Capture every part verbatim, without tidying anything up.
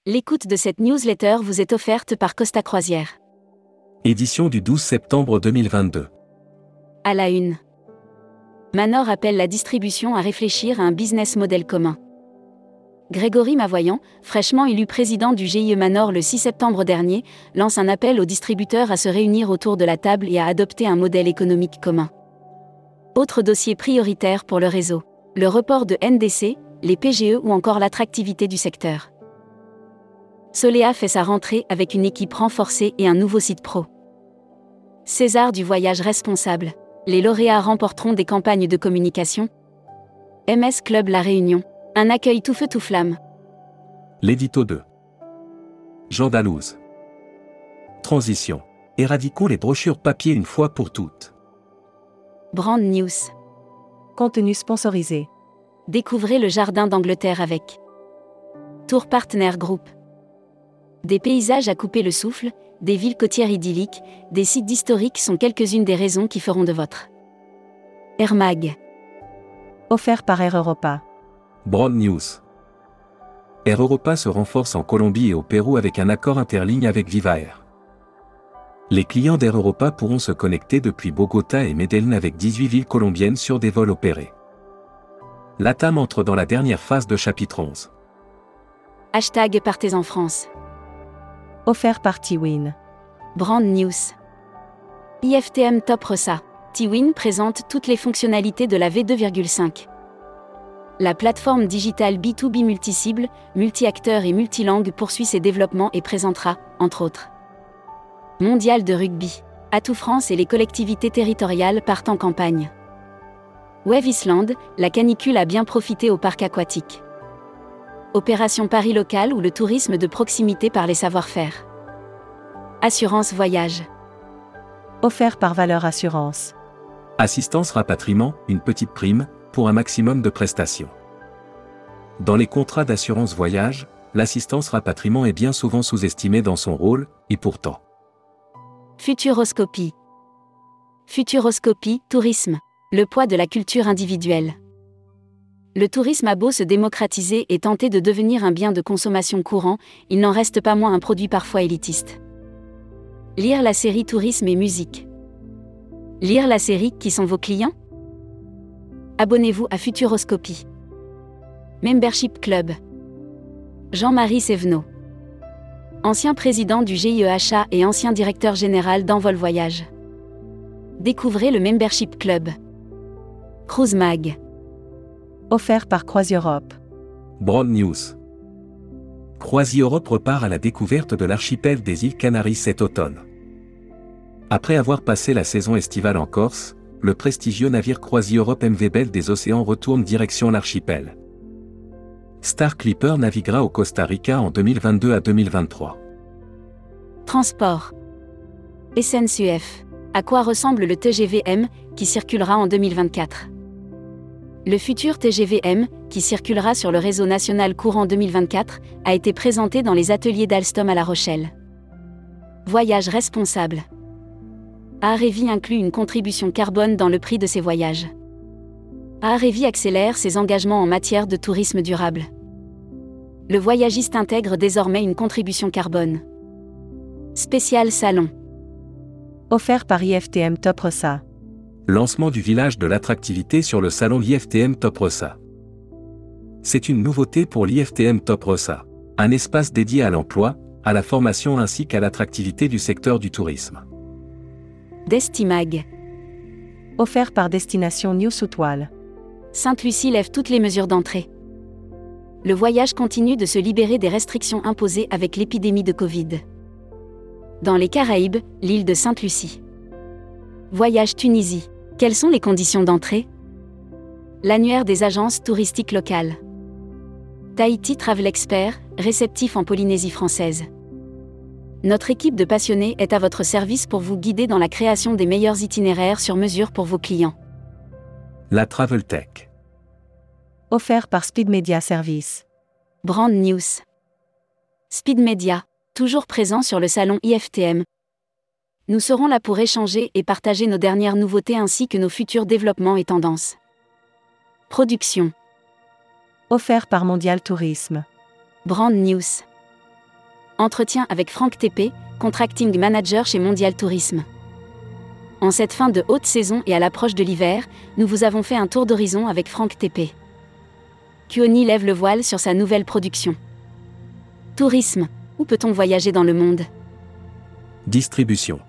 L'écoute de cette newsletter vous est offerte par Costa Croisière. Édition du douze septembre deux mille vingt-deux. À la une. Manor appelle la distribution à réfléchir à un business model commun. Grégory Mavoyan, fraîchement élu président du G I E Manor le six septembre dernier, lance un appel aux distributeurs à se réunir autour de la table et à adopter un modèle économique commun. Autre dossier prioritaire pour le réseau, le report de N D C, les P G E ou encore l'attractivité du secteur. Solea fait sa rentrée avec une équipe renforcée et un nouveau site pro. César du voyage responsable. Les lauréats remporteront des campagnes de communication. M S Club La Réunion. Un accueil tout feu tout flamme. L'édito deux. Jean Dalouse. Transition. Éradiquons les brochures papier une fois pour toutes. Brand News. Contenu sponsorisé. Découvrez le jardin d'Angleterre avec Tour Partner Group. Des paysages à couper le souffle, des villes côtières idylliques, des sites historiques sont quelques-unes des raisons qui feront de votre Air Mag. Offert par Air Europa. Broad News. Air Europa se renforce en Colombie et au Pérou avec un accord interligne avec Viva Air. Les clients d'Air Europa pourront se connecter depuis Bogota et Medellín avec dix-huit villes colombiennes sur des vols opérés. L'A T A M entre dans la dernière phase de chapitre onze. Hashtag Partez en France. Offert par T-Win. Brand News. I F T M Top Rossa. T-Win présente toutes les fonctionnalités de la V deux virgule cinq. La plateforme digitale B deux B multi-cible, multi-acteurs et multilangue poursuit ses développements et présentera, entre autres, Mondial de rugby. Atout France et les collectivités territoriales partent en campagne. Wave Island, la canicule a bien profité au parc aquatique. Opération Paris locale ou le tourisme de proximité par les savoir-faire. Assurance voyage. Offert par Valeur Assurance. Assistance rapatriement, une petite prime, pour un maximum de prestations. Dans les contrats d'assurance voyage, l'assistance rapatriement est bien souvent sous-estimée dans son rôle, et pourtant. Futuroscopie. Futuroscopie, tourisme. Le poids de la culture individuelle. Le tourisme a beau se démocratiser et tenter de devenir un bien de consommation courant, il n'en reste pas moins un produit parfois élitiste. Lire la série Tourisme et musique. Lire la série Qui sont vos clients ? Abonnez-vous à Futuroscopie. Membership Club. Jean-Marie Sévenot. Ancien président du G I E Achat et ancien directeur général d'Envol Voyage. Découvrez le Membership Club. Cruise Mag. Offert par CroisiEurope. Broad News. CroisiEurope repart à la découverte de l'archipel des îles Canaries cet automne. Après avoir passé la saison estivale en Corse, le prestigieux navire CroisiEurope M V Belle des Océans retourne direction l'archipel. Star Clipper naviguera au Costa Rica en deux mille vingt-deux à deux mille vingt-trois. Transport. S N C F. À quoi ressemble le T G V M, qui circulera en deux mille vingt-quatre ? Le futur T G V M, qui circulera sur le réseau national courant deux mille vingt-quatre, a été présenté dans les ateliers d'Alstom à La Rochelle. Voyage responsable. Arevi inclut une contribution carbone dans le prix de ses voyages. Arevi accélère ses engagements en matière de tourisme durable. Le voyagiste intègre désormais une contribution carbone. Spécial salon. Offert par I F T M Top Rossa. Lancement du village de l'attractivité sur le salon I F T M Top Rossa. C'est une nouveauté pour l'I F T M Top Rossa, un espace dédié à l'emploi, à la formation ainsi qu'à l'attractivité du secteur du tourisme. Destimag. Offert par Destination New South Wales. Sainte-Lucie lève toutes les mesures d'entrée. Le voyage continue de se libérer des restrictions imposées avec l'épidémie de Covid. Dans les Caraïbes, l'île de Sainte-Lucie. Voyage Tunisie. Quelles sont les conditions d'entrée ? L'annuaire des agences touristiques locales. Tahiti Travel Expert, réceptif en Polynésie française. Notre équipe de passionnés est à votre service pour vous guider dans la création des meilleurs itinéraires sur mesure pour vos clients. La Travel Tech. Offert par Speed Media Service. Brand News. Speed Media, toujours présent sur le salon I F T M. Nous serons là pour échanger et partager nos dernières nouveautés ainsi que nos futurs développements et tendances. Production. Offert par Mondial Tourisme. Brand News. Entretien avec Franck T P, Contracting Manager chez Mondial Tourisme. En cette fin de haute saison et à l'approche de l'hiver, nous vous avons fait un tour d'horizon avec Franck T P. Kuoni lève le voile sur sa nouvelle production. Tourisme, où peut-on voyager dans le monde? Distribution.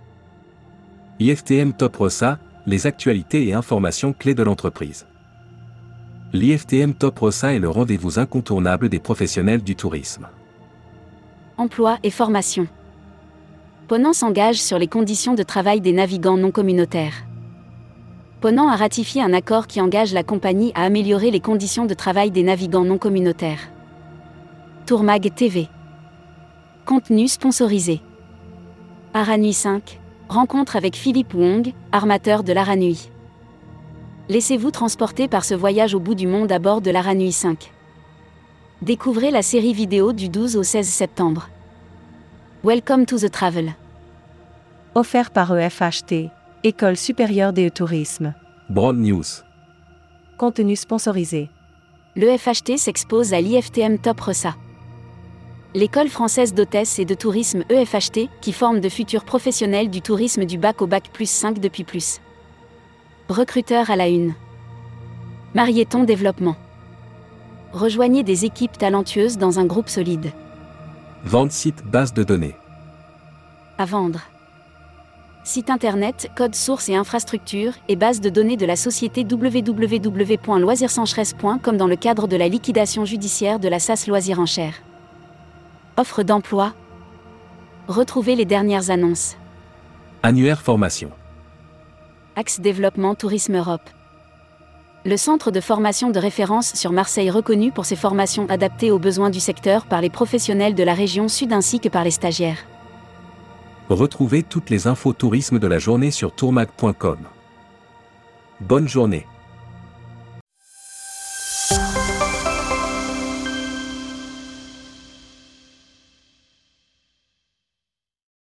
I F T M Top Rossa, les actualités et informations clés de l'entreprise. L'I F T M Top Rossa est le rendez-vous incontournable des professionnels du tourisme. Emploi et formation. Ponant s'engage sur les conditions de travail des navigants non communautaires. Ponant a ratifié un accord qui engage la compagnie à améliorer les conditions de travail des navigants non communautaires. Tourmag T V. Contenu sponsorisé. Aranui cinq. Rencontre avec Philippe Wong, armateur de l'Aranui. Laissez-vous transporter par ce voyage au bout du monde à bord de l'Aranui cinq. Découvrez la série vidéo du douze au seize septembre. Welcome to the travel. Offert par E F H T, École supérieure des tourisme. Brand News. Contenu sponsorisé. L'E F H T s'expose à l'I F T M Top Rossa. L'école française d'hôtesse et de tourisme E F H T, qui forme de futurs professionnels du tourisme du bac au bac plus cinq depuis plus. Recruteur à la une. Marieton Développement. Rejoignez des équipes talentueuses dans un groupe solide. Vente site base de données. À vendre. Site internet, code source et infrastructure, et base de données de la société w w w point loisirsencheresse point com dans le cadre de la liquidation judiciaire de la S A S Loisirs Enchères. Offre d'emploi. Retrouvez les dernières annonces. Annuaire formation. Axe développement Tourisme Europe. Le centre de formation de référence sur Marseille reconnu pour ses formations adaptées aux besoins du secteur par les professionnels de la région sud ainsi que par les stagiaires. Retrouvez toutes les infos tourisme de la journée sur tourmag point com. Bonne journée.